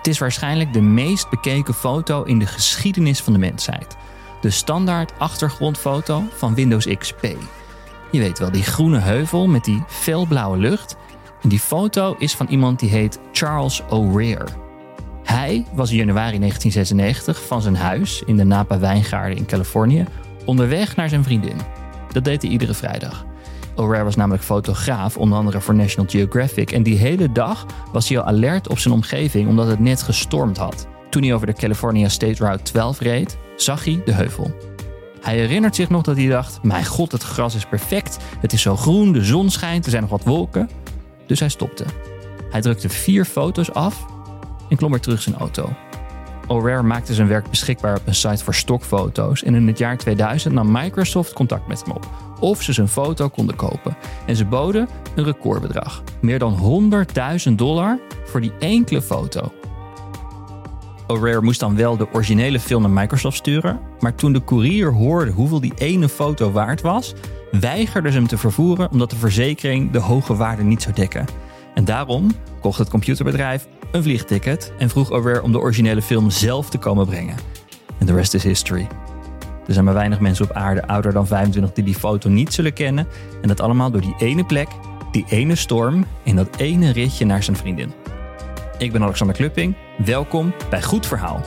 Het is waarschijnlijk de meest bekeken foto in de geschiedenis van de mensheid. De standaard achtergrondfoto van Windows XP. Je weet wel, die groene heuvel met die felblauwe lucht. En die foto is van iemand die heet Charles O'Rear. Hij was in januari 1996 van zijn huis in de Napa Wijngaarden in Californië onderweg naar zijn vriendin. Dat deed hij iedere vrijdag. O'Rear was namelijk fotograaf, onder andere voor National Geographic. En die hele dag was hij al alert op zijn omgeving omdat het net gestormd had. Toen hij over de California State Route 12 reed, zag hij de heuvel. Hij herinnert zich nog dat hij dacht, mijn god, het gras is perfect. Het is zo groen, de zon schijnt, er zijn nog wat wolken. Dus hij stopte. Hij drukte 4 foto's af en klom weer terug zijn auto. O'Rear maakte zijn werk beschikbaar op een site voor stokfoto's. En in het jaar 2000 nam Microsoft contact met hem op. Of ze zijn foto konden kopen. En ze boden een recordbedrag. Meer dan $100.000 voor die enkele foto. O'Rear moest dan wel de originele film naar Microsoft sturen. Maar toen de koerier hoorde hoeveel die ene foto waard was, weigerden ze hem te vervoeren omdat de verzekering de hoge waarde niet zou dekken. En daarom kocht het computerbedrijf een vliegticket en vroeg O'Rear om de originele film zelf te komen brengen. En the rest is history. Er zijn maar weinig mensen op aarde ouder dan 25 die foto niet zullen kennen. En dat allemaal door die ene plek, die ene storm en dat ene ritje naar zijn vriendin. Ik ben Alexander Klupping. Welkom bij Goed Verhaal.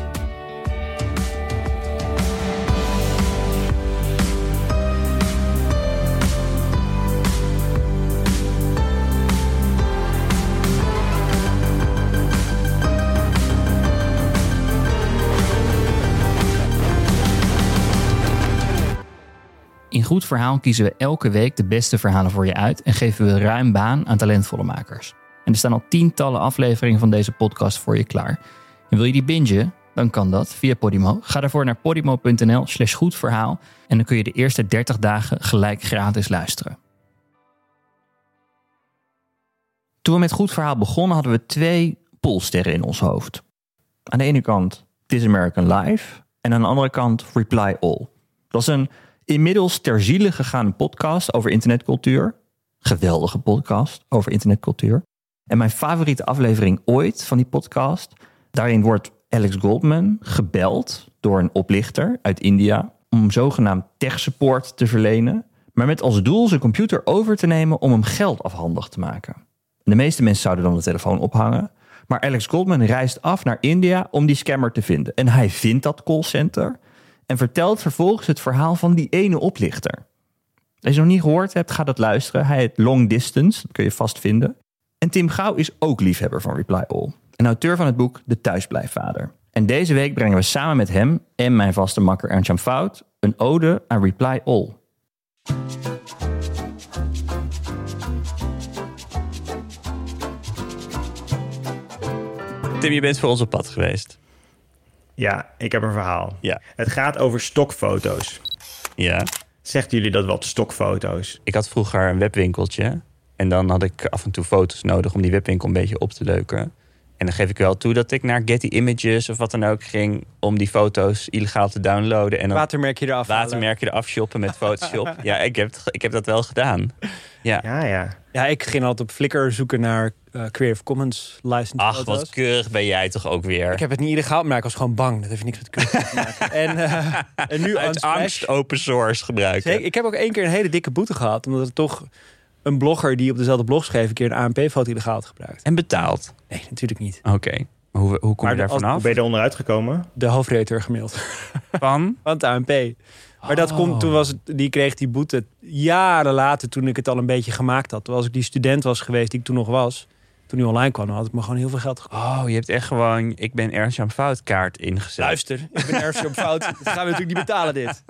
In Goed Verhaal kiezen we elke week de beste verhalen voor je uit en geven we ruim baan aan talentvolle makers. En er staan al tientallen afleveringen van deze podcast voor je klaar. En wil je die bingen? Dan kan dat via Podimo. Ga daarvoor naar podimo.nl/goedverhaal en dan kun je de eerste 30 dagen gelijk gratis luisteren. Toen we met Goed Verhaal begonnen hadden we 2 polsterren in ons hoofd. Aan de ene kant This American Life en aan de andere kant Reply All. Dat is een inmiddels ter ziele gegaane podcast over internetcultuur. Geweldige podcast over internetcultuur. En mijn favoriete aflevering ooit van die podcast. Daarin wordt Alex Goldman gebeld door een oplichter uit India om zogenaamd tech support te verlenen, maar met als doel zijn computer over te nemen om hem geld afhandig te maken. De meeste mensen zouden dan de telefoon ophangen, maar Alex Goldman reist af naar India om die scammer te vinden. En hij vindt dat callcenter en vertelt vervolgens het verhaal van die ene oplichter. Als je nog niet gehoord hebt, ga dat luisteren. Hij heet Long Distance, dat kun je vast vinden. En Tim Gouw is ook liefhebber van Reply All. En auteur van het boek De Thuisblijfvader. En deze week brengen we samen met hem en mijn vaste makker Ernst-Jan Fout een ode aan Reply All. Tim, je bent voor ons op pad geweest. Ja, ik heb een verhaal. Ja. Het gaat over stokfoto's. Ja. Zegt jullie dat wat, stokfoto's? Ik had vroeger een webwinkeltje. En dan had ik af en toe foto's nodig om die webwinkel een beetje op te leuken. En dan geef ik wel toe dat ik naar Getty Images of wat dan ook ging om die foto's illegaal te downloaden. En dan watermerkje eraf watermerkje eraf shoppen met Photoshop. Ja, ik heb dat wel gedaan. Ja, ik ging altijd op Flickr zoeken naar Creative Commons license Ach, foto's. wat keurig ben jij toch ook weer. Ik heb het niet illegaal, maar ik was gewoon bang. Dat heeft niks met keurig te maken. En nu uit angst open source gebruiken. Zeker, ik heb ook 1 keer een hele dikke boete gehad, omdat het toch een blogger die op dezelfde blog schreef een keer een ANP-foto illegaal had gebruikt. En betaald? Nee, natuurlijk niet. Oké. Maar hoe kom je daar vanaf? Hoe ben je er onderuit gekomen? De hoofdredacteur gemaild. Van het ANP. Maar dat komt, die kreeg die boete jaren later toen ik het al een beetje gemaakt had. Toen als ik die student was geweest die ik toen nog was, toen hij online kwam, dan had ik me gewoon heel veel geld gekost. Oh, je hebt echt gewoon ik ben Ernst-Jan Fout kaart ingezet. Luister, ik ben Ernst-Jan Fout. Dat gaan we natuurlijk niet betalen dit.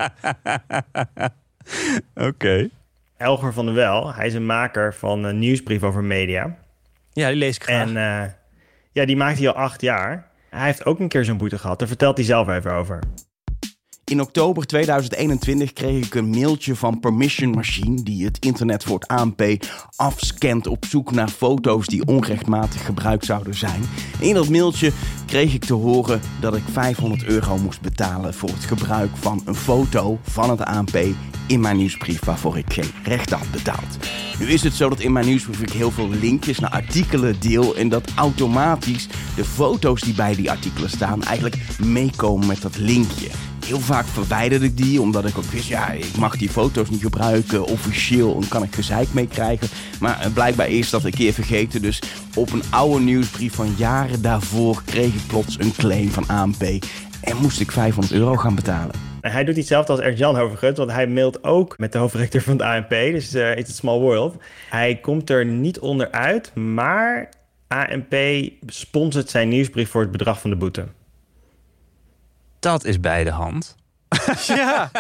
Oké. Elger van der Wel, hij is een maker van een nieuwsbrief over media. Ja, die lees ik graag. En die maakt hij al 8 jaar. Hij heeft ook een keer zo'n boete gehad. Daar vertelt hij zelf even over. In oktober 2021 kreeg ik een mailtje van Permission Machine die het internet voor het ANP afscant op zoek naar foto's die onrechtmatig gebruikt zouden zijn. In dat mailtje kreeg ik te horen dat ik €500 moest betalen voor het gebruik van een foto van het ANP in mijn nieuwsbrief waarvoor ik geen rechten had betaald. Nu is het zo dat in mijn nieuwsbrief ik heel veel linkjes naar artikelen deel en dat automatisch de foto's die bij die artikelen staan eigenlijk meekomen met dat linkje. Heel vaak verwijderde ik die, omdat ik ook wist, ik mag die foto's niet gebruiken. Officieel en kan ik gezeik mee krijgen. Maar blijkbaar is dat een keer vergeten. Dus op een oude nieuwsbrief van jaren daarvoor kreeg ik plots een claim van ANP. En moest ik €500 gaan betalen. Hij doet hetzelfde als Ernst-Jan overigens, want hij mailt ook met de hoofdredacteur van het ANP. Dus it's a small world. Hij komt er niet onderuit, maar ANP sponsort zijn nieuwsbrief voor het bedrag van de boete. Dat is bij de hand. Ja.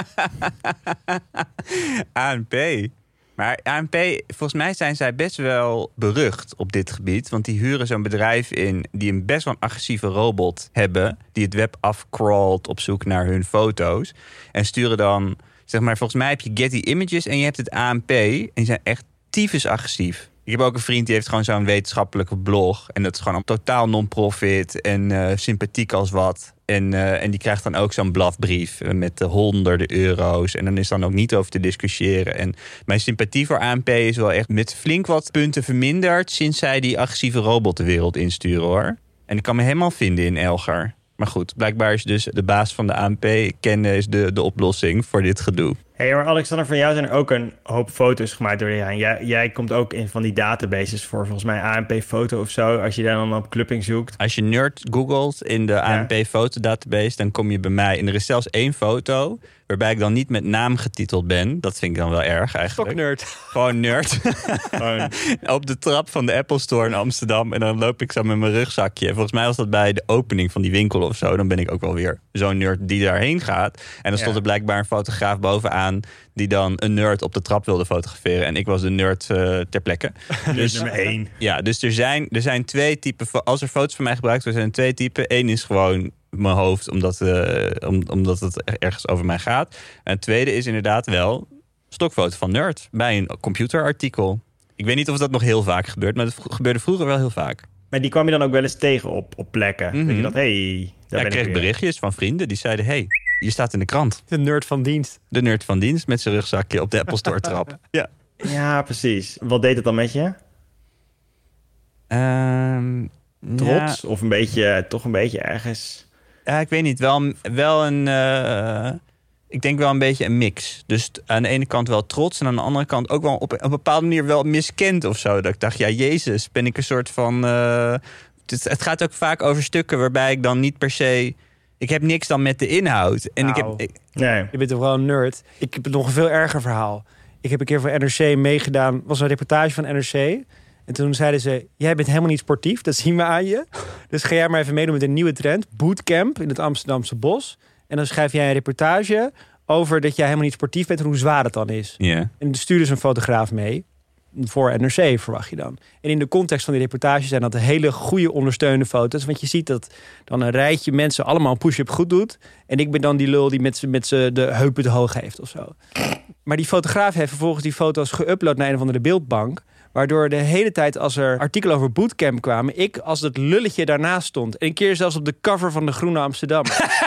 ANP. Maar ANP, volgens mij zijn zij best wel berucht op dit gebied. Want die huren zo'n bedrijf in die een best wel agressieve robot hebben. Die het web afcrawlt op zoek naar hun foto's. En sturen dan, zeg maar, volgens mij heb je Getty Images en je hebt het ANP. En die zijn echt tyfus agressief. Ik heb ook een vriend die heeft gewoon zo'n wetenschappelijke blog. En dat is gewoon totaal non-profit en sympathiek als wat. En die krijgt dan ook zo'n blafbrief met honderden euro's. En dan is dan ook niet over te discussiëren. En mijn sympathie voor ANP is wel echt met flink wat punten verminderd sinds zij die agressieve robot de wereld insturen, hoor. En ik kan me helemaal vinden in Elger. Maar goed, blijkbaar is dus de baas van de ANP kennen is de oplossing voor dit gedoe. Hey, maar Alexander, van jou zijn er ook een hoop foto's gemaakt door de jaren. Jij komt ook in van die databases voor, volgens mij ANP-foto of zo, als je daar dan op clubbing zoekt. Als je nerd googelt in de ANP-fotodatabase, dan kom je bij mij. En er is zelfs 1 foto waarbij ik dan niet met naam getiteld ben. Dat vind ik dan wel erg eigenlijk. Nerd. Gewoon nerd. Gewoon. Op de trap van de Apple Store in Amsterdam. En dan loop ik zo met mijn rugzakje. En volgens mij was dat bij de opening van die winkel of zo. Dan ben ik ook wel weer zo'n nerd die daarheen gaat. En dan stond er blijkbaar een fotograaf bovenaan die dan een nerd op de trap wilde fotograferen. En ik was de nerd ter plekke. Dus nummer 1. Ja, dus er zijn 2 typen. Als er foto's van mij gebruikt worden, zijn er 2 typen. 1 is gewoon mijn hoofd, omdat het ergens over mij gaat. En het tweede is inderdaad wel stokfoto van nerd bij een computerartikel. Ik weet niet of dat nog heel vaak gebeurt, maar het gebeurde vroeger wel heel vaak. Maar die kwam je dan ook wel eens tegen op plekken? Mm-hmm. Dat je dacht, daar ik ben kreeg weer. berichtjes van vrienden die zeiden, hey, je staat in de krant. De nerd van dienst. De nerd van dienst met zijn rugzakje op de Apple Store trap. Ja. Ja, precies. Wat deed het dan met je? Trots? Of toch een beetje ergens? Ja, ik weet niet. Wel een... ik denk wel een beetje een mix. Dus aan de ene kant wel trots en aan de andere kant ook wel op een bepaalde manier wel miskend of zo. Dat ik dacht, ja, Jezus, ben ik een soort van... Het gaat ook vaak over stukken waarbij ik dan niet per se... Ik heb niks dan met de inhoud. En Nee. Je bent toch wel een nerd. Ik heb nog een veel erger verhaal. Ik heb een keer voor NRC meegedaan. Was een reportage van NRC. En toen zeiden ze, jij bent helemaal niet sportief. Dat zien we aan je. Dus ga jij maar even meedoen met een nieuwe trend. Bootcamp in het Amsterdamse Bos. En dan schrijf jij een reportage over dat jij helemaal niet sportief bent en hoe zwaar het dan is. Yeah. En dan stuurde ze een fotograaf mee. Voor NRC verwacht je dan. En in de context van die reportage zijn dat hele goede ondersteunende foto's. Want je ziet dat dan een rijtje mensen allemaal een push-up goed doet. En ik ben dan die lul die met z'n de heupen te hoog heeft of zo. Maar die fotograaf heeft vervolgens die foto's geüpload naar een of andere beeldbank. Waardoor de hele tijd als er artikelen over bootcamp kwamen, ik als het lulletje daarnaast stond. En een keer zelfs op de cover van de Groene Amsterdam.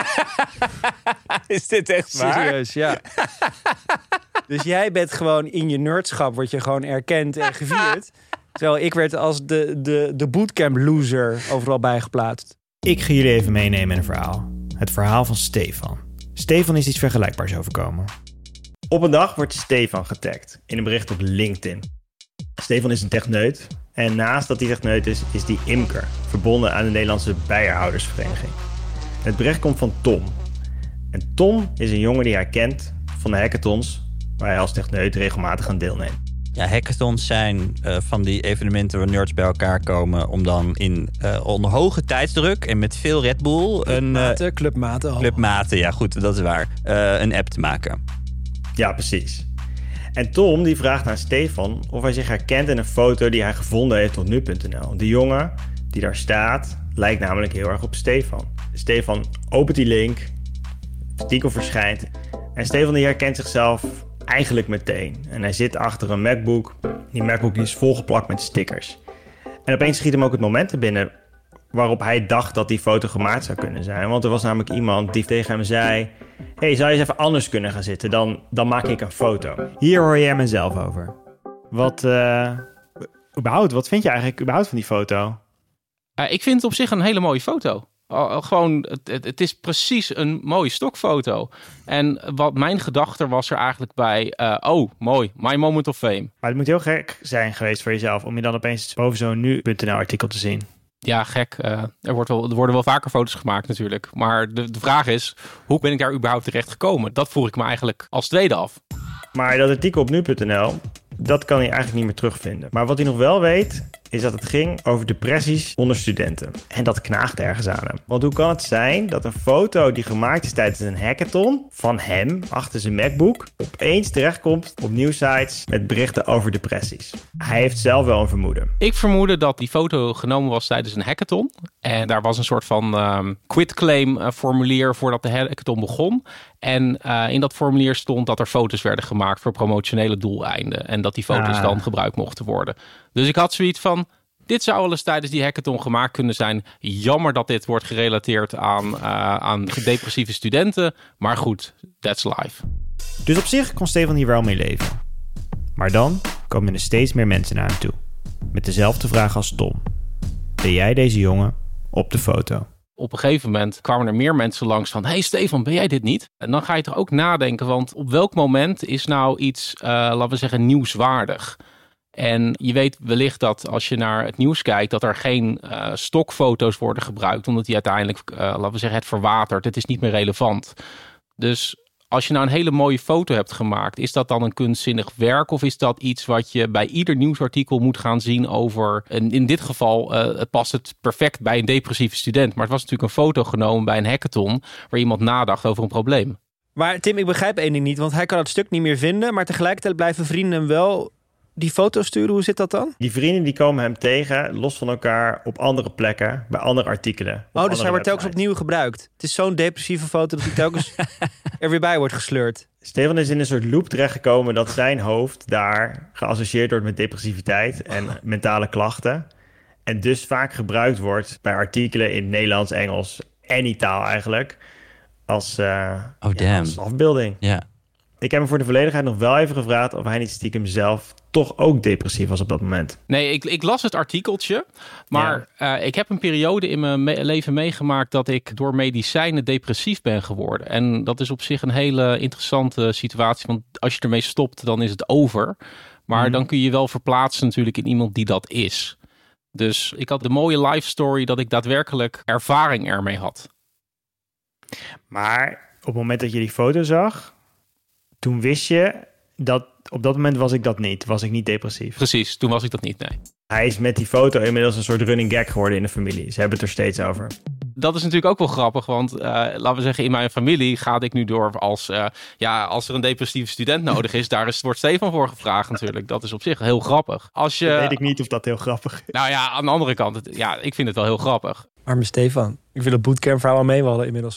Is dit echt waar? Serieus, ja. Dus jij bent gewoon in je nerdschap, word je gewoon erkend en gevierd. Terwijl ik werd als de bootcamp loser overal bijgeplaatst. Ik ga jullie even meenemen in een verhaal. Het verhaal van Stefan. Stefan is iets vergelijkbaars overkomen. Op een dag wordt Stefan getagd in een bericht op LinkedIn. Stefan is een techneut. En naast dat hij techneut is die imker. Verbonden aan de Nederlandse bijenhoudersvereniging. Het bericht komt van Tom. En Tom is een jongen die hij kent van de hackathons, waar hij als techneut regelmatig aan deelneemt. Ja, hackathons zijn van die evenementen waar nerds bij elkaar komen om dan onder hoge tijdsdruk en met veel Red Bull clubmaten, ja goed, dat is waar, een app te maken. Ja, precies. En Tom die vraagt aan Stefan of hij zich herkent in een foto die hij gevonden heeft op nu.nl. De jongen die daar staat lijkt namelijk heel erg op Stefan. Stefan opent die link, het artikel verschijnt en Stefan die herkent zichzelf eigenlijk meteen. En hij zit achter een MacBook. Die MacBook die is volgeplakt met stickers. En opeens schiet hem ook het moment te binnen waarop hij dacht dat die foto gemaakt zou kunnen zijn. Want er was namelijk iemand die tegen hem zei... hey, zou je eens even anders kunnen gaan zitten? Dan maak ik een foto. Hier hoor je hem en zelf over. Wat vind je eigenlijk überhaupt van die foto? Ik vind het op zich een hele mooie foto. Gewoon, het is precies een mooie stokfoto. En wat mijn gedachte was er eigenlijk bij... mooi, my moment of fame. Maar het moet heel gek zijn geweest voor jezelf... om je dan opeens boven zo'n nu.nl artikel te zien. Ja, gek. Er worden wel vaker foto's gemaakt natuurlijk. Maar de vraag is, hoe ben ik daar überhaupt terecht gekomen? Dat vroeg ik me eigenlijk als tweede af. Maar dat artikel op nu.nl, dat kan hij eigenlijk niet meer terugvinden. Maar wat hij nog wel weet, is dat het ging over depressies onder studenten. En dat knaagt ergens aan hem. Want hoe kan het zijn dat een foto die gemaakt is tijdens een hackathon... van hem, achter zijn MacBook, opeens terechtkomt op nieuwsites met berichten over depressies? Hij heeft zelf wel een vermoeden. Ik vermoedde dat die foto genomen was tijdens een hackathon. En daar was een soort van quitclaim formulier voordat de hackathon begon. En in dat formulier stond dat er foto's werden gemaakt voor promotionele doeleinden. En dat die foto's dan gebruikt mochten worden. Dus ik had zoiets van, dit zou wel eens tijdens die hackathon gemaakt kunnen zijn. Jammer dat dit wordt gerelateerd aan depressieve studenten. Maar goed, that's life. Dus op zich kon Stefan hier wel mee leven. Maar dan komen er steeds meer mensen naar hem toe. Met dezelfde vraag als Tom. Ben jij deze jongen op de foto? Op een gegeven moment kwamen er meer mensen langs van... hey Stefan, ben jij dit niet? En dan ga je toch ook nadenken, want op welk moment is nou iets, laten we zeggen, nieuwswaardig? En je weet wellicht dat als je naar het nieuws kijkt... dat er geen stokfoto's worden gebruikt... omdat die uiteindelijk, laten we zeggen, het verwatert. Het is niet meer relevant. Dus als je nou een hele mooie foto hebt gemaakt... is dat dan een kunstzinnig werk? Of is dat iets wat je bij ieder nieuwsartikel moet gaan zien over... En in dit geval past het perfect bij een depressieve student. Maar het was natuurlijk een foto genomen bij een hackathon... waar iemand nadacht over een probleem. Maar Tim, ik begrijp één ding niet. Want hij kan het stuk niet meer vinden... maar tegelijkertijd blijven vrienden hem wel die foto sturen. Hoe zit dat dan? Die vrienden die komen hem tegen, los van elkaar, op andere plekken, bij andere artikelen. Dus hij wordt telkens opnieuw gebruikt. Het is zo'n depressieve foto dat hij telkens er weer bij wordt gesleurd. Stefan is in een soort loop terechtgekomen dat zijn hoofd daar geassocieerd wordt met depressiviteit en mentale klachten. En dus vaak gebruikt wordt bij artikelen in Nederlands, Engels, any taal eigenlijk, als afbeelding. Ja. Ik heb hem voor de volledigheid nog wel even gevraagd of hij niet stiekem zelf toch ook depressief was op dat moment. Nee, ik las het artikeltje. Maar ik heb een periode in mijn leven meegemaakt dat ik door medicijnen depressief ben geworden. En dat is op zich een hele interessante situatie. Want als je ermee stopt, dan is het over. Maar dan kun je wel verplaatsen natuurlijk in iemand die dat is. Dus ik had de mooie life story dat ik daadwerkelijk ervaring ermee had. Maar op het moment dat je die foto zag... toen wist je dat op dat moment was ik niet depressief. Precies, toen was ik dat niet, nee. Hij is met die foto inmiddels een soort running gag geworden in de familie. Ze hebben het er steeds over. Dat is natuurlijk ook wel grappig, want laten we zeggen, in mijn familie gaat ik nu door als er een depressieve student nodig is, wordt Stefan voor gevraagd natuurlijk. Dat is op zich heel grappig. Dat weet ik niet of dat heel grappig is. Nou ja, aan de andere kant, ik vind het wel heel grappig. Arme Stefan. Ik wil het bootcamp verhaal mee hadden inmiddels.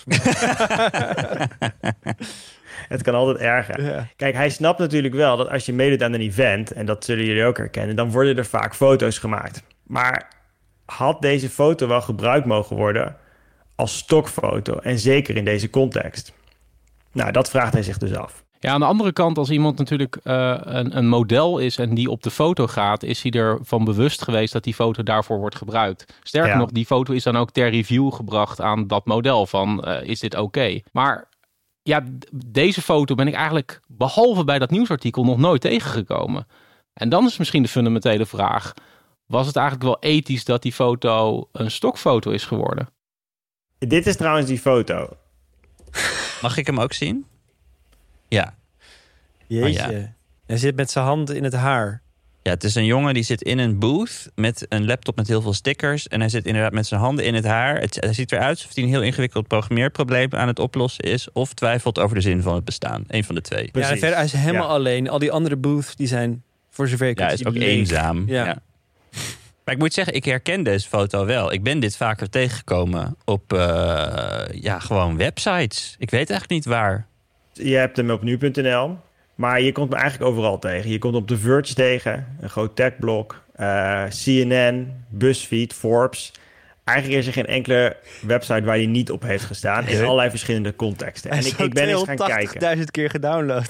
Het kan altijd erger. Ja. Kijk, hij snapt natuurlijk wel dat als je meedoet aan een event... en dat zullen jullie ook herkennen... dan worden er vaak foto's gemaakt. Maar had deze foto wel gebruikt mogen worden als stokfoto? En zeker in deze context. Nou, dat vraagt hij zich dus af. Ja, aan de andere kant, als iemand natuurlijk een model is en die op de foto gaat, is hij ervan bewust geweest dat die foto daarvoor wordt gebruikt. Sterker nog, die foto is dan ook ter review gebracht aan dat model van is dit oké? Maar ja, deze foto ben ik eigenlijk, behalve bij dat nieuwsartikel, nog nooit tegengekomen. En dan is misschien de fundamentele vraag, was het eigenlijk wel ethisch dat die foto een stokfoto is geworden? Dit is trouwens die foto. Mag ik hem ook zien? Ja. Jeetje. Ja. Hij zit met zijn hand in het haar. Ja, het is een jongen die zit in een booth met een laptop met heel veel stickers. En hij zit inderdaad met zijn handen in het haar. Hij ziet eruit alsof hij een heel ingewikkeld programmeerprobleem aan het oplossen is. Of twijfelt over de zin van het bestaan. Eén van de twee. Ja, en verder, hij is helemaal alleen. Al die andere booths die zijn voor zover ik hij is ook eenzaam. Ja. Maar ik moet zeggen, ik herken deze foto wel. Ik ben dit vaker tegengekomen op gewoon websites. Ik weet eigenlijk niet waar. Je hebt hem op nu.nl. Maar je komt hem eigenlijk overal tegen. Je komt op The Verge tegen, een groot techblog, CNN, BuzzFeed, Forbes. Eigenlijk is er geen enkele website waar die niet op heeft gestaan. In allerlei verschillende contexten. En ik ben eens gaan kijken. 80.000 keer gedownload.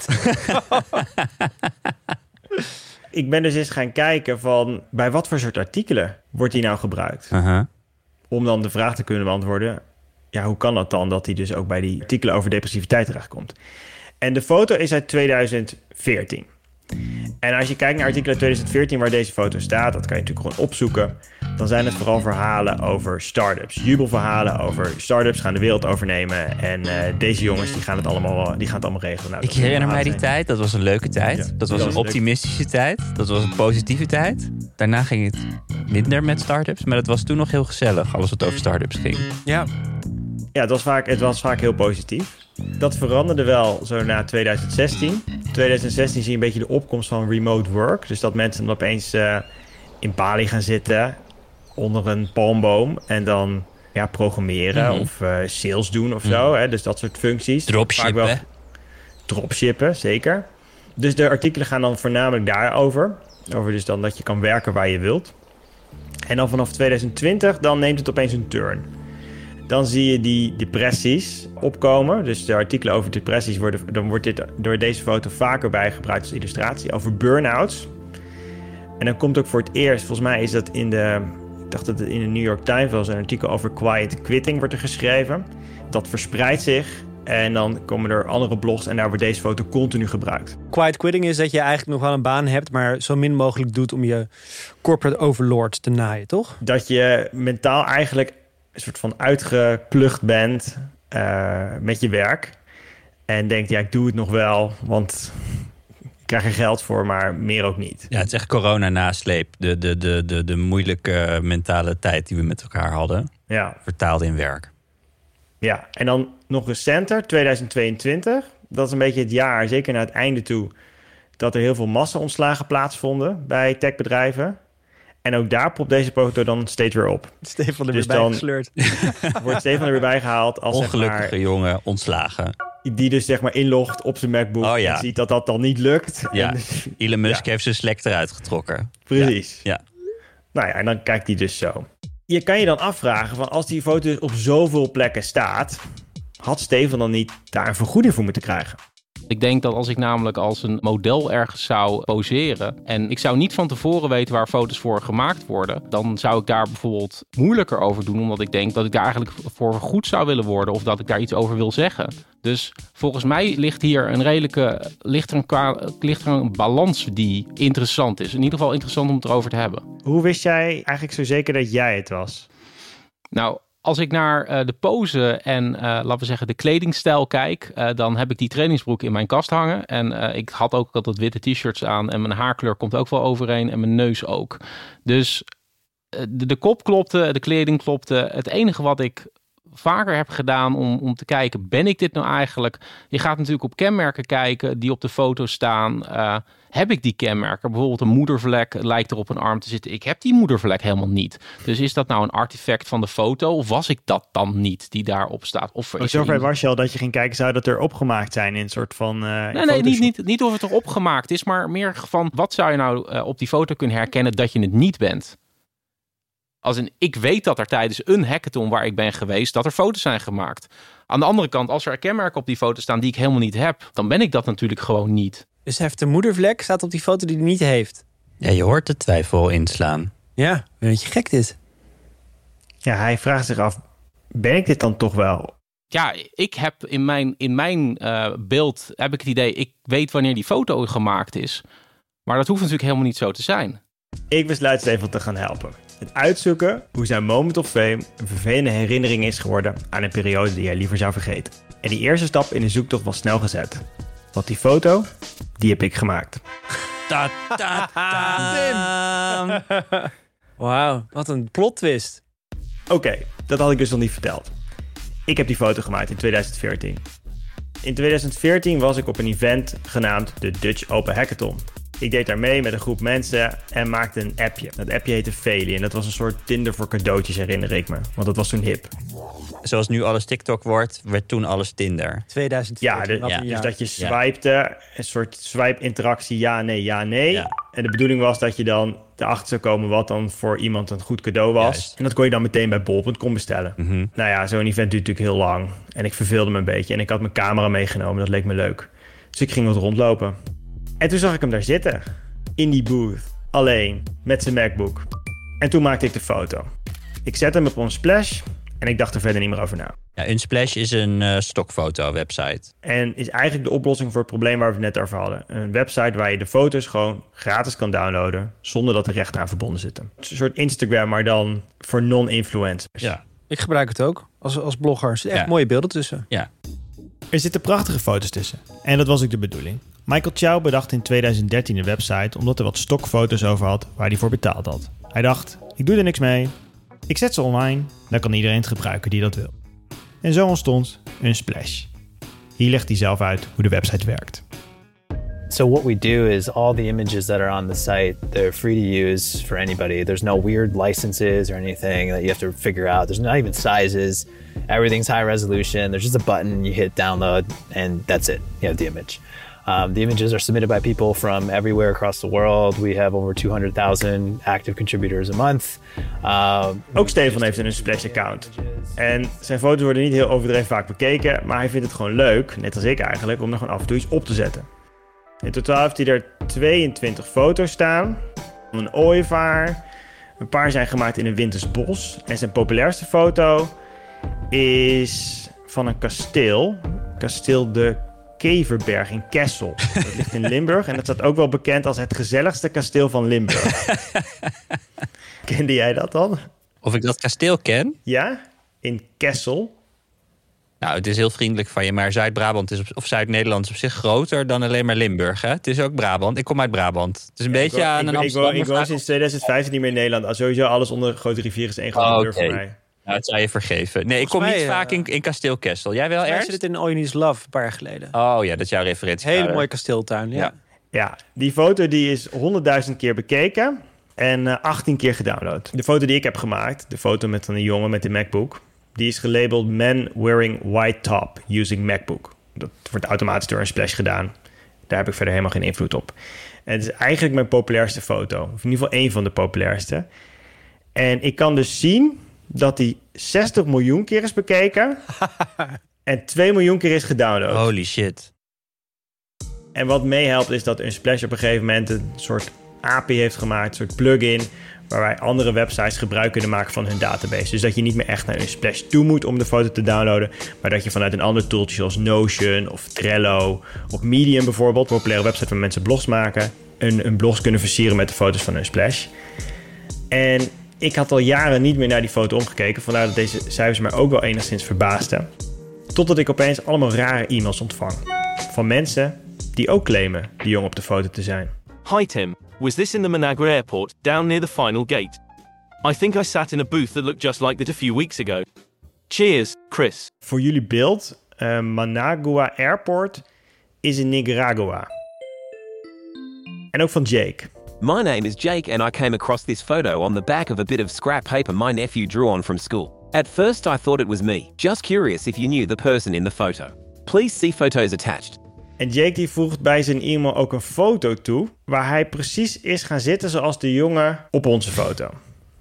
Ik ben dus eens gaan kijken van... bij wat voor soort artikelen wordt die nou gebruikt? Uh-huh. Om dan de vraag te kunnen beantwoorden... ja, hoe kan dat dan dat hij dus ook bij die artikelen over depressiviteit terechtkomt? En de foto is uit 2014. En als je kijkt naar artikelen 2014 waar deze foto staat... dat kan je natuurlijk gewoon opzoeken. Dan zijn het vooral verhalen over start-ups. Jubelverhalen over start-ups gaan de wereld overnemen. En deze jongens die gaan het allemaal regelen. Nou, Ik herinner mij die tijd. Dat was een leuke tijd. Ja, dat was een optimistische tijd. Dat was een positieve tijd. Daarna ging het minder met start-ups. Maar het was toen nog heel gezellig. Alles wat over start-ups ging. Ja. Ja, het was vaak heel positief. Dat veranderde wel zo na 2016. In 2016 zie je een beetje de opkomst van remote work. Dus dat mensen dan opeens in Bali gaan zitten onder een palmboom en dan programmeren of sales doen of zo. Hè? Dus dat soort functies. Dropshippen. Dropshippen, zeker. Dus de artikelen gaan dan voornamelijk daarover. Over dus dan dat je kan werken waar je wilt. En dan vanaf 2020 dan neemt het opeens een turn. Dan zie je die depressies opkomen. Dus de artikelen over depressies wordt dit door deze foto vaker bij gebruikt als illustratie. Over burn-outs. En dan komt ook voor het eerst, volgens mij is dat ik dacht dat het in de New York Times was, een artikel over quiet quitting wordt er geschreven. Dat verspreidt zich en dan komen er andere blogs en daar wordt deze foto continu gebruikt. Quiet quitting is dat je eigenlijk nog wel een baan hebt, maar zo min mogelijk doet om je corporate overlord te naaien, toch? Dat je mentaal eigenlijk een soort van uitgeplucht bent met je werk. En denkt, ja, ik doe het nog wel, want ik krijg er geld voor, maar meer ook niet. Ja, het is echt corona-nasleep. De moeilijke mentale tijd die we met elkaar hadden. Ja. Vertaald in werk. Ja, en dan nog recenter, 2022. Dat is een beetje het jaar, zeker naar het einde toe, dat er heel veel massa-ontslagen plaatsvonden bij techbedrijven. En ook daar popt deze foto dan steeds weer op. Stefan er Dus weer bij dan gesleurd. wordt Stefan er weer bij gehaald als Ongelukkige jongen ontslagen. Die dus zeg maar inlogt op zijn MacBook en ziet dat dat dan niet lukt. Ja, En, Elon Musk heeft zijn Slack eruit getrokken. Precies. Ja. Nou ja, en dan kijkt hij dus zo. Je kan je dan afvragen van als die foto op zoveel plekken staat, had Stefan dan niet daar een vergoeding voor moeten krijgen? Ik denk dat als ik namelijk als een model ergens zou poseren en ik zou niet van tevoren weten waar foto's voor gemaakt worden, dan zou ik daar bijvoorbeeld moeilijker over doen, omdat ik denk dat ik daar eigenlijk voor goed zou willen worden of dat ik daar iets over wil zeggen. Dus volgens mij ligt hier ligt er een balans die interessant is. In ieder geval interessant om het erover te hebben. Hoe wist jij eigenlijk zo zeker dat jij het was? Nou, als ik naar de pose en laten we zeggen de kledingstijl kijk, dan heb ik die trainingsbroek in mijn kast hangen. En ik had ook altijd witte t-shirts aan en mijn haarkleur komt ook wel overeen en mijn neus ook. Dus de kop klopte, de kleding klopte. Het enige wat ik vaker heb gedaan om te kijken, ben ik dit nou eigenlijk? Je gaat natuurlijk op kenmerken kijken die op de foto staan. Heb ik die kenmerken? Bijvoorbeeld een moedervlek lijkt er op een arm te zitten. Ik heb die moedervlek helemaal niet. Dus is dat nou een artefact van de foto? Of was ik dat dan niet die daarop staat? Of zover was je al dat je ging kijken, zou dat er opgemaakt zijn in een soort van Nee, niet of het er opgemaakt is, maar meer van wat zou je nou op die foto kunnen herkennen dat je het niet bent? Ik weet dat er tijdens een hackathon waar ik ben geweest, dat er foto's zijn gemaakt. Aan de andere kant, als er kenmerken op die foto staan die ik helemaal niet heb, dan ben ik dat natuurlijk gewoon niet. Dus heeft de moedervlek staat op die foto die hij niet heeft. Ja, je hoort de twijfel inslaan. Ja, een beetje gek dit. Ja, hij vraagt zich af, ben ik dit dan toch wel? Ja, ik heb in mijn beeld heb ik het idee, ik weet wanneer die foto gemaakt is. Maar dat hoeft natuurlijk helemaal niet zo te zijn. Ik besluit Stefan te gaan helpen. Het uitzoeken hoe zijn moment of fame een vervelende herinnering is geworden aan een periode die hij liever zou vergeten. En die eerste stap in de zoektocht was snel gezet. Want die foto, die heb ik gemaakt. Wauw, wat een plot twist. Oké, dat had ik dus nog niet verteld. Ik heb die foto gemaakt in 2014. In 2014 was ik op een event genaamd de Dutch Open Hackathon. Ik deed daar mee met een groep mensen en maakte een appje. Dat appje heette Feli en dat was een soort Tinder voor cadeautjes, herinner ik me. Want dat was toen hip. zoals nu alles TikTok wordt, werd toen alles Tinder. 2014. Dus dat je swipte, een soort swipe-interactie, ja, nee. Ja. En de bedoeling was dat je dan erachter zou komen wat dan voor iemand een goed cadeau was. Juist. En dat kon je dan meteen bij bol.com bestellen. Mm-hmm. Nou ja, zo'n event duurt natuurlijk heel lang. En ik verveelde me een beetje. En ik had mijn camera meegenomen, dat leek me leuk. Dus ik ging wat rondlopen. En toen zag ik hem daar zitten. In die booth. Alleen. Met zijn MacBook. En toen maakte ik de foto. Ik zette hem op Unsplash. En ik dacht er verder niet meer over na. Ja, Unsplash is een stokfoto-website. En is eigenlijk de oplossing voor het probleem waar we het net over hadden. Een website waar je de foto's gewoon gratis kan downloaden. Zonder dat er rechten aan verbonden zitten. Het is een soort Instagram, maar dan voor non-influencers. Ja. Ik gebruik het ook als blogger. Er zitten echt mooie beelden tussen. Ja. Er zitten prachtige foto's tussen. En dat was ook de bedoeling. Michael Chow bedacht in 2013 een website omdat er wat stokfoto's over had waar hij voor betaald had. Hij dacht, ik doe er niks mee. Ik zet ze online, dan kan iedereen het gebruiken die dat wil. En zo ontstond Unsplash. Hier legt hij zelf uit hoe de website werkt. So what we do is all the images that are on the site, they're free to use for anybody. There's no weird licenses or anything that you have to figure out. There's not even sizes. Everything's high resolution. There's just a button, you hit download, and that's it. You have the image. The images are submitted by people from everywhere across the world. We have over 200,000 active contributors a month. Ook Stefan heeft een Unsplash-account. En zijn foto's worden niet heel overdreven vaak bekeken, maar hij vindt het gewoon leuk, net als ik eigenlijk, om er gewoon af en toe iets op te zetten. In totaal heeft hij er 22 foto's staan. Een ooievaar. Een paar zijn gemaakt in een winters bos. En zijn populairste foto is van een kasteel. Kasteel de Keverberg in Kessel. Dat ligt in Limburg. En dat staat ook wel bekend als het gezelligste kasteel van Limburg. Kende jij dat dan? Of ik dat kasteel ken? Ja, in Kessel. Nou, het is heel vriendelijk van je, maar Zuid-Brabant of Zuid-Nederland is op zich groter dan alleen maar Limburg. Hè? Het is ook Brabant. Ik kom uit Brabant. Het is een beetje aan een Amsterdam. Ik woon sinds 2015 niet meer in Nederland. Sowieso alles onder de grote rivier is één grote deur voor mij. Nou, het zou je vergeven. Nee, ik kom niet vaak in Kasteel Kessel. Jij wel, Ernst? Ik zit in All You Need Is Love een paar jaar geleden. Oh ja, dat is jouw referentie. Hele mooie kasteeltuin, ja. Ja, die foto die is 100.000 keer bekeken en 18 keer gedownload. De foto die ik heb gemaakt, de foto met een jongen met de MacBook, die is gelabeld Man Wearing White Top Using MacBook. Dat wordt automatisch door Unsplash gedaan. Daar heb ik verder helemaal geen invloed op. En het is eigenlijk mijn populairste foto. Of in ieder geval één van de populairste. En ik kan dus zien dat die 60 miljoen keer is bekeken en 2 miljoen keer is gedownload. Holy shit. En wat meehelpt is dat Unsplash op een gegeven moment een soort API heeft gemaakt, een soort plugin, waar wij andere websites gebruik kunnen maken van hun database. Dus dat je niet meer echt naar Unsplash toe moet om de foto te downloaden, maar dat je vanuit een ander tooltje zoals Notion of Trello of Medium bijvoorbeeld, een populaire website waar mensen blogs maken, een blogs kunnen versieren met de foto's van Unsplash. En ik had al jaren niet meer naar die foto omgekeken, vandaar dat deze cijfers mij ook wel enigszins verbaasden. Totdat ik opeens allemaal rare e-mails ontvang van mensen die ook claimen die jong op de foto te zijn. Hi Tim, was this in the Managua airport, down near the final gate? I think I sat in a booth that looked just like that a few weeks ago. Cheers, Chris. Voor jullie beeld, Managua Airport is in Nicaragua. En ook van Jake. My name is Jake and I came across this photo on the back of a bit of scrap paper my nephew drew on from school. At first I thought it was me, just curious if you knew the person in the photo. Please see photos attached. En Jake die voegt bij zijn e-mail ook een foto toe, waar hij precies is gaan zitten zoals de jongen op onze foto.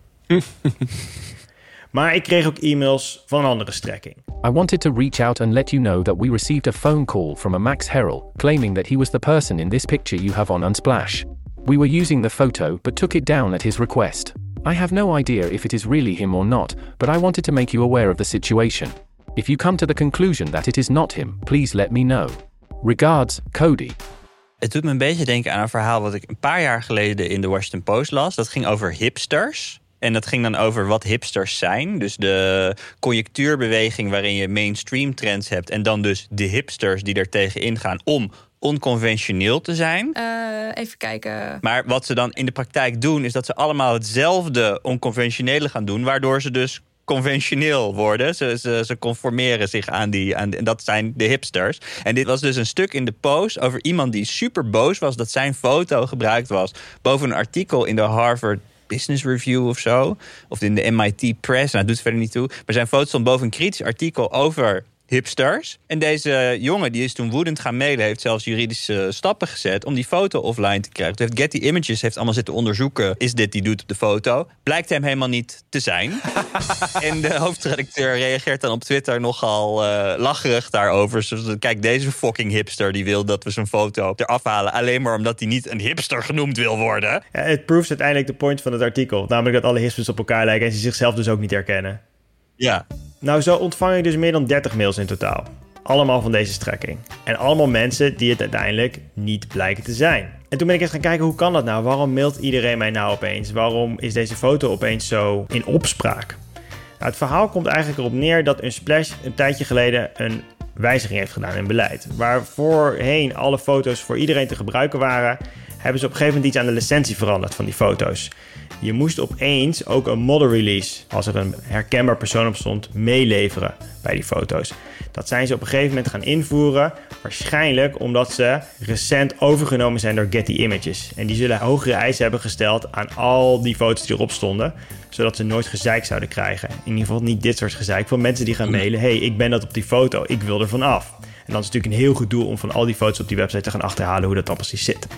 Maar ik kreeg ook e-mails van een andere strekking. I wanted to reach out and let you know that we received a phone call from a Max Herrell, claiming that he was the person in this picture you have on Unsplash. We were using the photo but took it down at his request. I have no idea if it is really him or not, but I wanted to make you aware of the situation. If you come to the conclusion that it is not him, please let me know. Regards, Cody. Het doet me een beetje denken aan een verhaal wat ik een paar jaar geleden in de Washington Post las. Dat ging over hipsters. En dat ging dan over wat hipsters zijn. Dus de conjunctuurbeweging waarin je mainstream trends hebt. En dan dus de hipsters die er tegen ingaan om onconventioneel te zijn. Even kijken. Maar wat ze dan in de praktijk doen is dat ze allemaal hetzelfde onconventionele gaan doen. Waardoor ze dus conventioneel worden. Ze conformeren zich aan en dat zijn de hipsters. En dit was dus een stuk in de Post over iemand die super boos was dat zijn foto gebruikt was boven een artikel in de Harvard Business Review of zo. Of in de MIT Press. Nou, dat doet verder niet toe. Maar zijn foto stond boven een kritisch artikel over hipsters. En deze jongen die is toen woedend gaan mailen, heeft zelfs juridische stappen gezet om die foto offline te krijgen. Toen heeft Getty Images allemaal zitten onderzoeken, is dit die doet op de foto? Blijkt hem helemaal niet te zijn. En de hoofdredacteur reageert dan op Twitter nogal lacherig daarover. Zoals, kijk, deze fucking hipster die wil dat we zijn foto eraf halen, alleen maar omdat hij niet een hipster genoemd wil worden. Ja, het proeft uiteindelijk de point van het artikel. Namelijk dat alle hipsters op elkaar lijken en ze zichzelf dus ook niet herkennen. Ja. Nou, zo ontvang ik dus meer dan 30 mails in totaal. Allemaal van deze strekking. En allemaal mensen die het uiteindelijk niet blijken te zijn. En toen ben ik eens gaan kijken, hoe kan dat nou? Waarom mailt iedereen mij nou opeens? Waarom is deze foto opeens zo in opspraak? Nou, het verhaal komt eigenlijk erop neer dat Unsplash een tijdje geleden een wijziging heeft gedaan in beleid. Waar voorheen alle foto's voor iedereen te gebruiken waren, hebben ze op een gegeven moment iets aan de licentie veranderd van die foto's. Je moest opeens ook een model release, als er een herkenbaar persoon op stond, meeleveren bij die foto's. Dat zijn ze op een gegeven moment gaan invoeren, waarschijnlijk omdat ze recent overgenomen zijn door Getty Images. En die zullen hogere eisen hebben gesteld aan al die foto's die erop stonden, zodat ze nooit gezeik zouden krijgen. In ieder geval niet dit soort gezeik van mensen die gaan mailen, hey, ik ben dat op die foto, ik wil er vanaf. En dan is het natuurlijk een heel gedoe om van al die foto's op die website te gaan achterhalen hoe dat dan precies zit.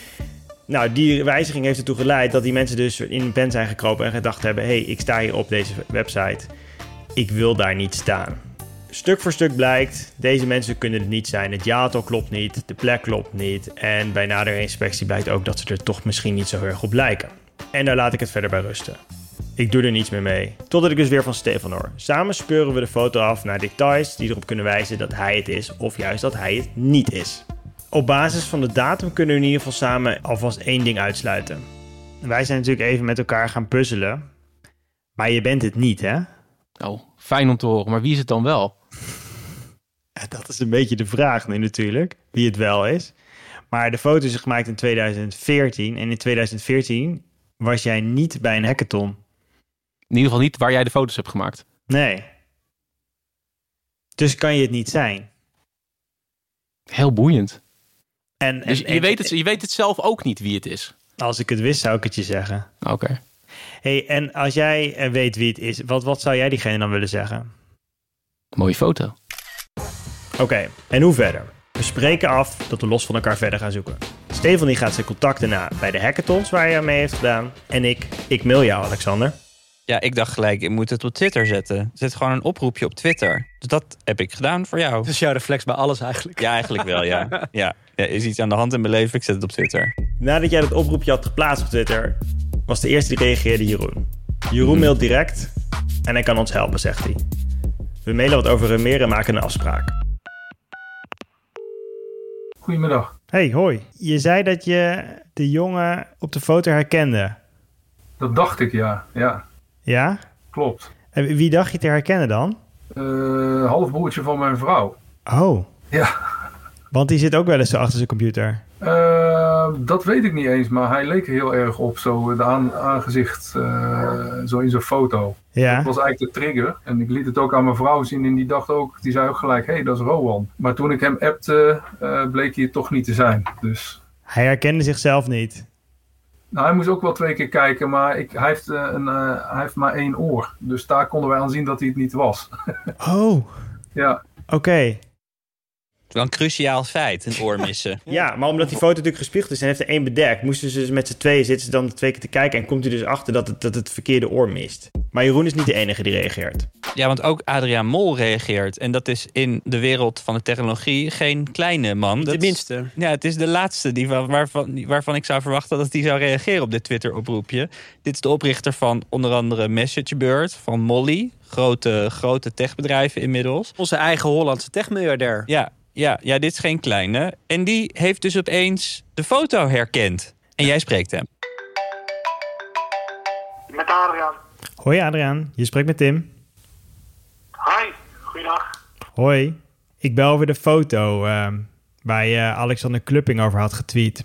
Nou, die wijziging heeft ertoe geleid dat die mensen dus in een pen zijn gekropen en gedacht hebben, hey, ik sta hier op deze website. Ik wil daar niet staan. Stuk voor stuk blijkt, deze mensen kunnen het niet zijn. Het jaartal klopt niet, de plek klopt niet. En bij nadere inspectie blijkt ook dat ze er toch misschien niet zo heel erg op lijken. En daar laat ik het verder bij rusten. Ik doe er niets meer mee. Totdat ik dus weer van Stefan hoor. Samen speuren we de foto af naar details die erop kunnen wijzen dat hij het is, of juist dat hij het niet is. Op basis van de datum kunnen we in ieder geval samen alvast één ding uitsluiten. Wij zijn natuurlijk even met elkaar gaan puzzelen. Maar je bent het niet, hè? Oh, fijn om te horen. Maar wie is het dan wel? Ja, dat is een beetje de vraag nu natuurlijk. Wie het wel is. Maar de foto is gemaakt in 2014. En in 2014 was jij niet bij een hackathon. In ieder geval niet waar jij de foto's hebt gemaakt. Nee. Dus kan je het niet zijn. Heel boeiend. Dus je weet het zelf ook niet wie het is? Als ik het wist, zou ik het je zeggen. Oké. Hey, en als jij weet wie het is, wat zou jij diegene dan willen zeggen? Mooie foto. Oké, en hoe verder? We spreken af dat we los van elkaar verder gaan zoeken. Stefan die gaat zijn contacten na bij de hackathons waar hij aan mee heeft gedaan. En ik mail jou, Alexander. Ja, ik dacht gelijk, ik moet het op Twitter zetten. Zet gewoon een oproepje op Twitter. Dus dat heb ik gedaan voor jou. Dat is jouw reflex bij alles eigenlijk. Ja, eigenlijk wel, ja. Ja, is iets aan de hand in mijn leven, ik zet het op Twitter. Nadat jij dat oproepje had geplaatst op Twitter, was de eerste die reageerde Jeroen. Jeroen mailt direct en hij kan ons helpen, zegt hij. We mailen wat over meer en maken een afspraak. Goedemiddag. Hey, hoi. Je zei dat je de jongen op de foto herkende. Dat dacht ik, ja. Ja? Klopt. En wie dacht je te herkennen dan? Halfbroertje van mijn vrouw. Oh. Ja. Want die zit ook wel eens zo achter zijn computer. Dat weet ik niet eens, maar hij leek er heel erg op. Zo de aangezicht, zo in zijn foto. Ja. Dat was eigenlijk de trigger. En ik liet het ook aan mijn vrouw zien en die zei ook gelijk, hey, dat is Rowan. Maar toen ik hem appte, bleek hij het toch niet te zijn. Dus Hij herkende zichzelf niet. Nou, hij moest ook wel 2 keer kijken, maar hij heeft maar 1 oor. Dus daar konden wij aan zien dat hij het niet was. Oh. Ja. Oké. Wel een cruciaal feit, een oor missen. Ja, maar omdat die foto natuurlijk gespiegeld is en heeft er 1 bedekt, moesten ze dus met z'n tweeën zitten dan 2 keer te kijken en komt hij dus achter dat het verkeerde oor mist. Maar Jeroen is niet de enige die reageert. Ja, want ook Adriaan Mol reageert. En dat is in de wereld van de technologie geen kleine man. De minste. Ja, het is de laatste waarvan ik zou verwachten dat hij zou reageren op dit Twitter-oproepje. Dit is de oprichter van onder andere MessageBird, van Molly. Grote techbedrijven inmiddels. Onze eigen Hollandse techmiljardair. Ja, dit is geen kleine. En die heeft dus opeens de foto herkend. En jij spreekt hem. Met Adriaan. Hoi Adriaan, je spreekt met Tim. Hi, goeiedag. Hoi, ik bel over de foto waar je Alexander Klupping over had getweet.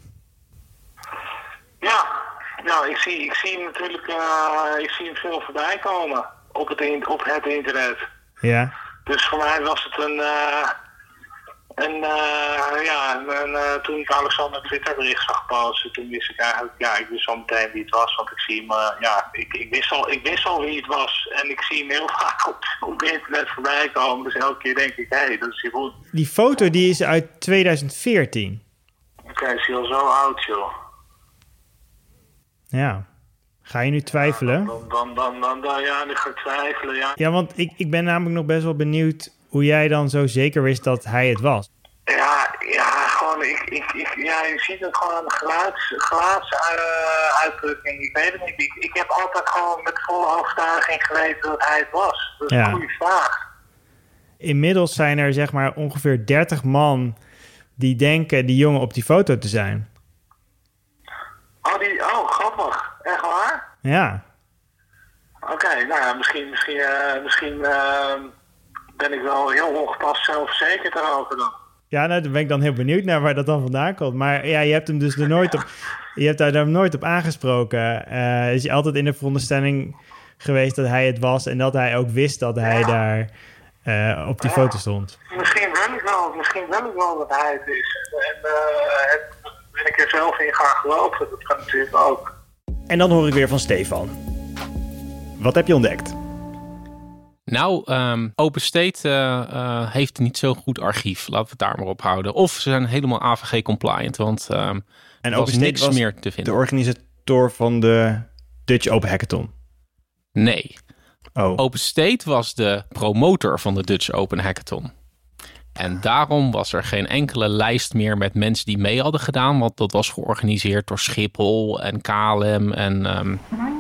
Ja, ik zie hem natuurlijk ik zie hem veel voorbij komen op het internet. Ja. Dus voor mij was het Toen ik Alexander Twitterbericht zag posten, toen wist ik eigenlijk, ik wist al meteen wie het was, want ik zie hem, ik wist al wie het was en ik zie hem heel vaak op internet voorbij komen, dus elke keer denk ik, dat is Jeroen. Die foto die is uit 2014. Oké, is hij al zo oud, joh. Ja. Ga je nu twijfelen? Nu ga ik twijfelen, ja. Ja, want ik ben namelijk nog best wel benieuwd hoe jij dan zo zeker wist dat hij het was. Je ziet het gewoon aan de geluidsuitdrukking. Ik weet het niet. Ik heb altijd gewoon met volle overtuiging geweten dat hij het was. Dat is een goede vraag. Inmiddels zijn er zeg maar ongeveer 30 man die denken die jongen op die foto te zijn. Oh, grappig. Echt waar? Ja. Oké, misschien ben ik wel heel ongepast zelfverzekerd daarover dan. Ja, nou, dan ben ik dan heel benieuwd naar waar dat dan vandaan komt. Maar ja, je hebt hem dus je hebt daar nooit op aangesproken. Is je altijd in de veronderstelling geweest dat hij het was en dat hij ook wist dat hij daar op die foto stond. Misschien wel ik wel dat hij het is. En ben ik er zelf in gaan geloven. Dat kan natuurlijk ook. En dan hoor ik weer van Stefan. Wat heb je ontdekt? Nou, Open State heeft niet zo'n goed archief. Laten we het daar maar op houden. Of ze zijn helemaal AVG-compliant, want er was niks meer te vinden. De organisator van de Dutch Open Hackathon? Nee. Oh. Open State was de promotor van de Dutch Open Hackathon. En daarom was er geen enkele lijst meer met mensen die mee hadden gedaan. Want dat was georganiseerd door Schiphol en KLM en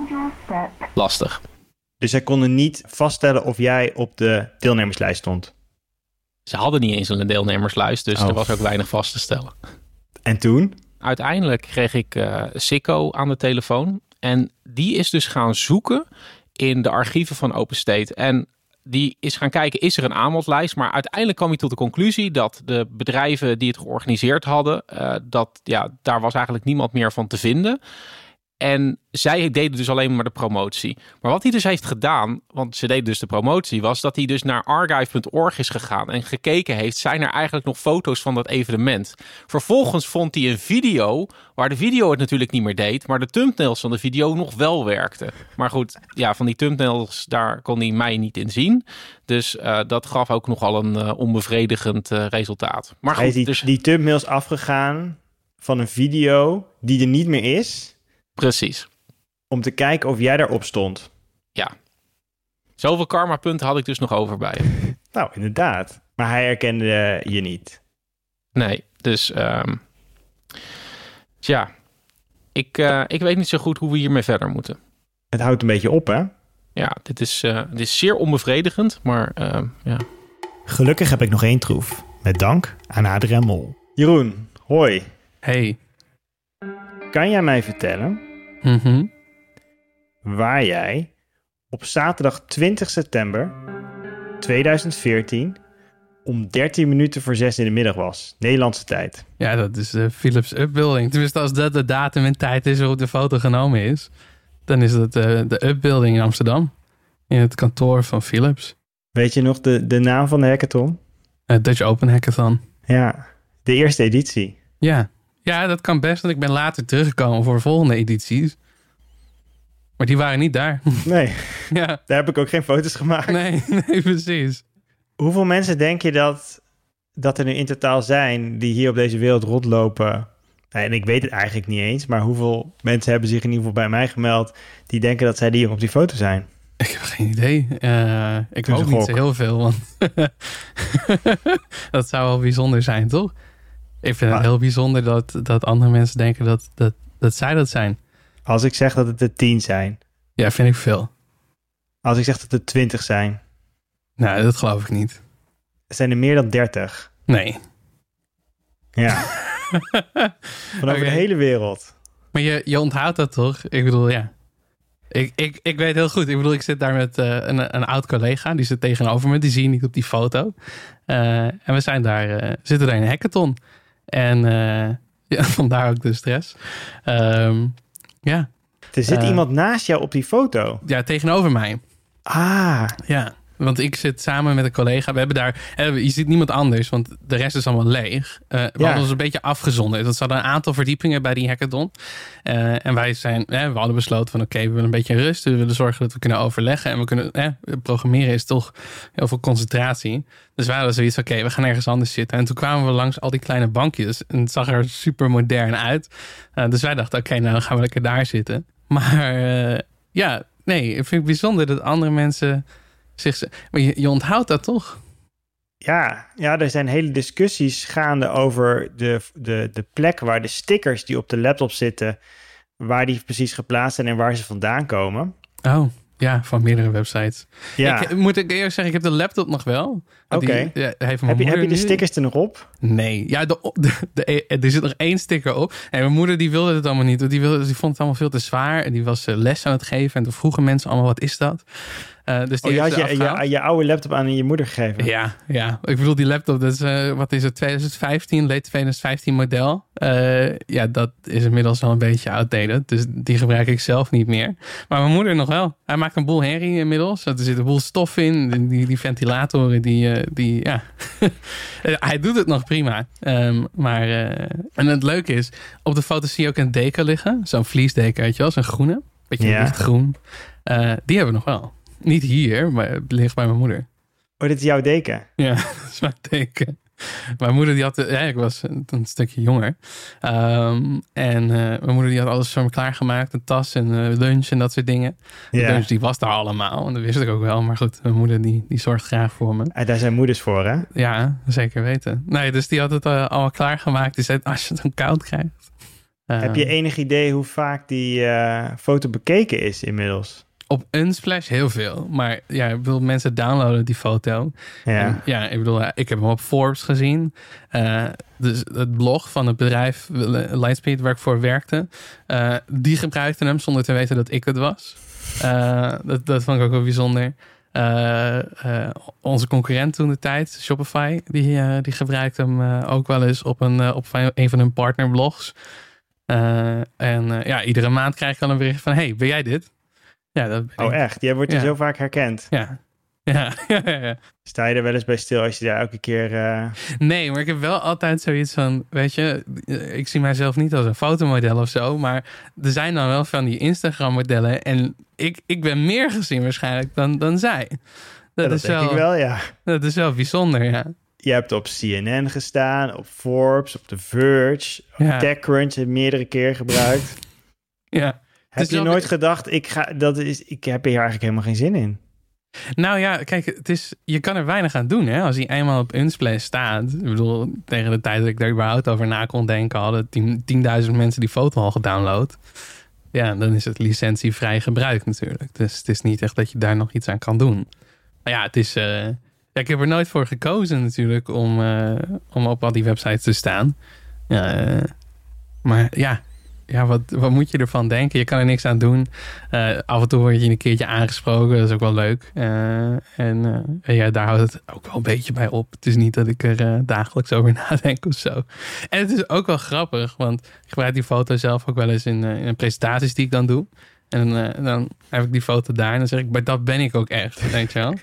lastig. Dus zij konden niet vaststellen of jij op de deelnemerslijst stond? Ze hadden niet eens een deelnemerslijst, dus er was ook weinig vast te stellen. En toen? Uiteindelijk kreeg ik Sikko aan de telefoon. En die is dus gaan zoeken in de archieven van Open State. En die is gaan kijken, is er een aanbodlijst? Maar uiteindelijk kwam hij tot de conclusie dat de bedrijven die het georganiseerd hadden, daar was eigenlijk niemand meer van te vinden. En zij deden dus alleen maar de promotie. Maar wat hij dus heeft gedaan, want ze deden dus de promotie, was dat hij dus naar archive.org is gegaan en gekeken heeft, zijn er eigenlijk nog foto's van dat evenement? Vervolgens vond hij een video, waar de video het natuurlijk niet meer deed, maar de thumbnails van de video nog wel werkten. Maar goed, van die thumbnails, daar kon hij mij niet in zien. Dus dat gaf ook nogal een onbevredigend resultaat. Maar goed, hij is die thumbnails afgegaan van een video die er niet meer is? Precies. Om te kijken of jij daarop stond. Ja. Zoveel karma-punten had ik dus nog over bij hem. Nou, inderdaad. Maar hij herkende je niet. Nee, dus ik weet niet zo goed hoe we hiermee verder moeten. Het houdt een beetje op, hè? Ja, dit is zeer onbevredigend, maar ja. Gelukkig heb ik nog 1 troef. Met dank aan Adrien Mol. Jeroen, hoi. Hey. Kan jij mij vertellen waar jij op zaterdag 20 september 2014 om 13 minuten voor 6 in de middag was? Nederlandse tijd. Ja, dat is Philips Upbuilding. Tenminste, als dat de datum en tijd is waarop de foto genomen is, dan is dat de Upbuilding in Amsterdam. In het kantoor van Philips. Weet je nog de naam van de hackathon? Dutch Open Hackathon. Ja, de eerste editie. Ja, dat kan best, want ik ben later teruggekomen voor de volgende edities. Maar die waren niet daar. Nee, ja. Daar heb ik ook geen foto's gemaakt. Nee, precies. Hoeveel mensen denk je dat er nu in totaal zijn die hier op deze wereld rondlopen? En ik weet het eigenlijk niet eens, maar hoeveel mensen hebben zich in ieder geval bij mij gemeld die denken dat zij die op die foto zijn? Ik heb geen idee. Ik hoop niet zo heel veel, want dat zou wel bijzonder zijn, toch? Ik vind het heel bijzonder dat andere mensen denken dat zij dat zijn. Als ik zeg dat het er 10 zijn. Ja, vind ik veel. Als ik zeg dat het 20 zijn. Nou, dat geloof ik niet. Zijn er meer dan 30? Nee. Ja. Van over de hele wereld. Maar je onthoudt dat toch? Ik bedoel, ja. Ik weet heel goed. Ik bedoel, ik zit daar met een oud collega. Die zit tegenover me. Die zie je niet op die foto. En we zijn zitten daar in een hackathon. En vandaar ook de stress. Er zit iemand naast jou op die foto? Ja, tegenover mij. Ah. Ja. Want ik zit samen met een collega. We hebben daar... je ziet niemand anders, want de rest is allemaal leeg. We hadden ons een beetje afgezonderd. Dat hadden een aantal verdiepingen bij die hackathon. En wij zijn... we hadden besloten van... oké, we willen een beetje rust. We willen zorgen dat we kunnen overleggen. En we kunnen... programmeren is toch heel veel concentratie. Dus wij hadden zoiets van... oké, we gaan ergens anders zitten. En toen kwamen we langs al die kleine bankjes. En het zag er super modern uit. Dus wij dachten... oké, nou dan gaan we lekker daar zitten. Maar nee, ik vind het bijzonder dat andere mensen zich... Maar je onthoudt dat toch? Ja, er zijn hele discussies gaande over de plek waar de stickers die op de laptop zitten, waar die precies geplaatst zijn en waar ze vandaan komen. Oh, ja, van meerdere websites. Ja. Moet ik eerst zeggen, ik heb de laptop nog wel. Oké. Heb je de stickers er nog op? Nee. Ja, er zit nog 1 sticker op. En mijn moeder die wilde het allemaal niet. Die vond het allemaal veel te zwaar. En die was les aan het geven. En toen vroegen mensen allemaal, wat is dat? Dus die je had je oude laptop aan je moeder gegeven? Ja. Ik bedoel, die laptop, dat is, wat is het, 2015, late 2015 model. Dat is inmiddels wel een beetje outdated. Dus die gebruik ik zelf niet meer. Maar mijn moeder nog wel. Hij maakt een boel herrie inmiddels. Er zit een boel stof in. Die ventilatoren, hij doet het nog prima. En het leuke is, op de foto zie je ook een deken liggen. Zo'n vliesdeken, weet je wel, zo'n groene. Beetje lichtgroen. Die hebben we nog wel. Niet hier, maar het ligt bij mijn moeder. Oh, dit is jouw deken? Ja, dat is mijn deken. Mijn moeder die had... ik was een stukje jonger. En mijn moeder die had alles voor me klaargemaakt. Een tas en lunch en dat soort dingen. De lunch die was daar allemaal. En dat wist ik ook wel. Maar goed, mijn moeder die zorgt graag voor me. Daar zijn moeders voor, hè? Ja, zeker weten. Nee, dus die had het allemaal klaargemaakt. Die zei, als je het dan koud krijgt. Heb je enig idee hoe vaak die foto bekeken is inmiddels? Op Unsplash heel veel. Maar ja, ik bedoel, mensen downloaden die foto. Ja. En, ik bedoel, ik heb hem op Forbes gezien. Dus het blog van het bedrijf Lightspeed waar ik voor werkte. Die gebruikte hem zonder te weten dat ik het was. Dat vond ik ook wel bijzonder. Onze concurrent toen de tijd, Shopify, die gebruikte hem ook wel eens op een van hun partnerblogs. Iedere maand krijg ik dan een bericht van... hey, ben jij dit? Ja, dat ben ik. Echt? Jij wordt zo vaak herkend? Ja. Sta je er wel eens bij stil als je daar elke keer... Nee, maar ik heb wel altijd zoiets van... Weet je, ik zie mijzelf niet als een fotomodel of zo... maar er zijn dan wel van die Instagram-modellen... en ik ben meer gezien waarschijnlijk dan zij. Dat is denk wel, ik wel, ja. Dat is wel bijzonder, ja. Je hebt op CNN gestaan, op Forbes, op The Verge... op TechCrunch, meerdere keer gebruikt. Ja. Heb je nooit gedacht, ik heb hier eigenlijk helemaal geen zin in? Nou ja, kijk, je kan er weinig aan doen. Hè? Als hij eenmaal op Unsplash staat. Ik bedoel, tegen de tijd dat ik daar überhaupt over na kon denken... hadden 10.000 mensen die foto al gedownload. Ja, dan is het licentievrij gebruik natuurlijk. Dus het is niet echt dat je daar nog iets aan kan doen. Maar ja, het is... ik heb er nooit voor gekozen natuurlijk... om op al die websites te staan. Maar ja... Ja, wat moet je ervan denken? Je kan er niks aan doen. Af en toe word je een keertje aangesproken. Dat is ook wel leuk. Daar houdt het ook wel een beetje bij op. Het is niet dat ik er dagelijks over nadenk of zo. En het is ook wel grappig. Want ik gebruik die foto zelf ook wel eens in presentaties die ik dan doe. En dan heb ik die foto daar. En dan zeg ik, maar dat ben ik ook echt. Weet je wel?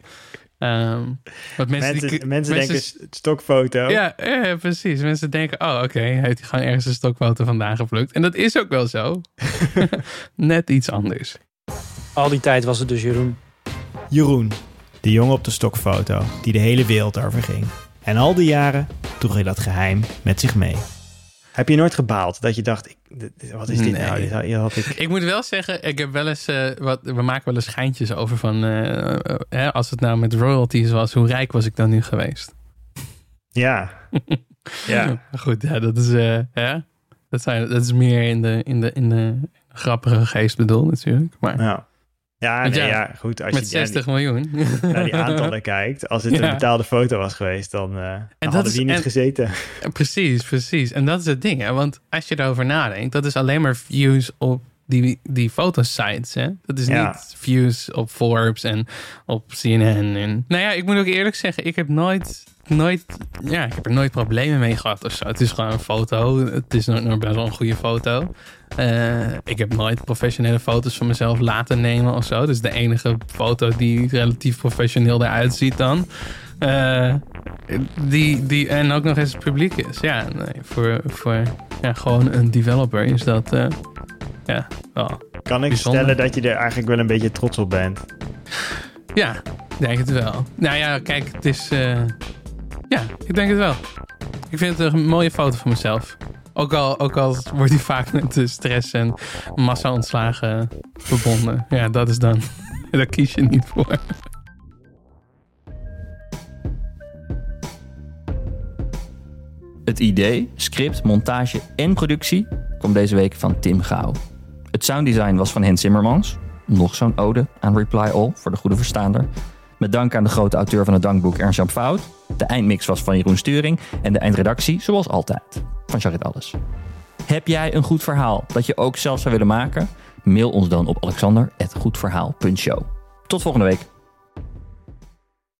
Mensen denken stokfoto. Ja, precies. Mensen denken, oké, heeft hij gewoon ergens een stokfoto vandaan geplukt. En dat is ook wel zo. Net iets anders. Al die tijd was het dus Jeroen. Jeroen, de jongen op de stokfoto die de hele wereld over ging. En al die jaren droeg hij dat geheim met zich mee. Heb je nooit gebaald dat je dacht, wat is dit nou? Ik moet wel zeggen, ik heb wel eens we maken wel eens schijntjes over van als het nou met royalties was, hoe rijk was ik dan nu geweest? Ja. Ja. Goed, dat is dat is meer in de grappige geest bedoeld natuurlijk. Maar goed. Als met je 60 miljoen. Naar die aantallen kijkt. Als het een betaalde foto was geweest, dan hadden we hier niet gezeten. Precies. En dat is het ding. Hè? Want als je erover nadenkt, dat is alleen maar views op die fotosites. Hè? Dat is niet views op Forbes en op CNN. En, nou ja, ik moet ook eerlijk zeggen, ik heb ik heb er nooit problemen mee gehad of zo. Het is gewoon een foto. Het is nog best wel een goede foto. Ik heb nooit professionele foto's van mezelf laten nemen of zo. Dat is de enige foto die relatief professioneel eruit ziet dan. Die en ook nog eens publiek is. Ja, nee, voor gewoon een developer is dat wel Kan ik bijzonder. stellen dat je er eigenlijk wel een beetje trots op bent? Ja, ik denk het wel. Nou ja, kijk, het is... ik denk het wel. Ik vind het een mooie foto van mezelf. Ook al wordt die vaak met de stress en massa-ontslagen verbonden. Ja, dat is dan... Daar kies je niet voor. Het idee, script, montage en productie kwam deze week van Tim Gouw. Het sounddesign was van Hens Zimmermans. Nog zo'n ode aan Reply All, voor de goede verstaander. Met dank aan de grote auteur van het dankboek Ernst-Jan Fout. De eindmix was van Jeroen Sturing. En de eindredactie, zoals altijd, van Charit Alles. Heb jij een goed verhaal dat je ook zelf zou willen maken? Mail ons dan op alexander@goedverhaal.show. Tot volgende week.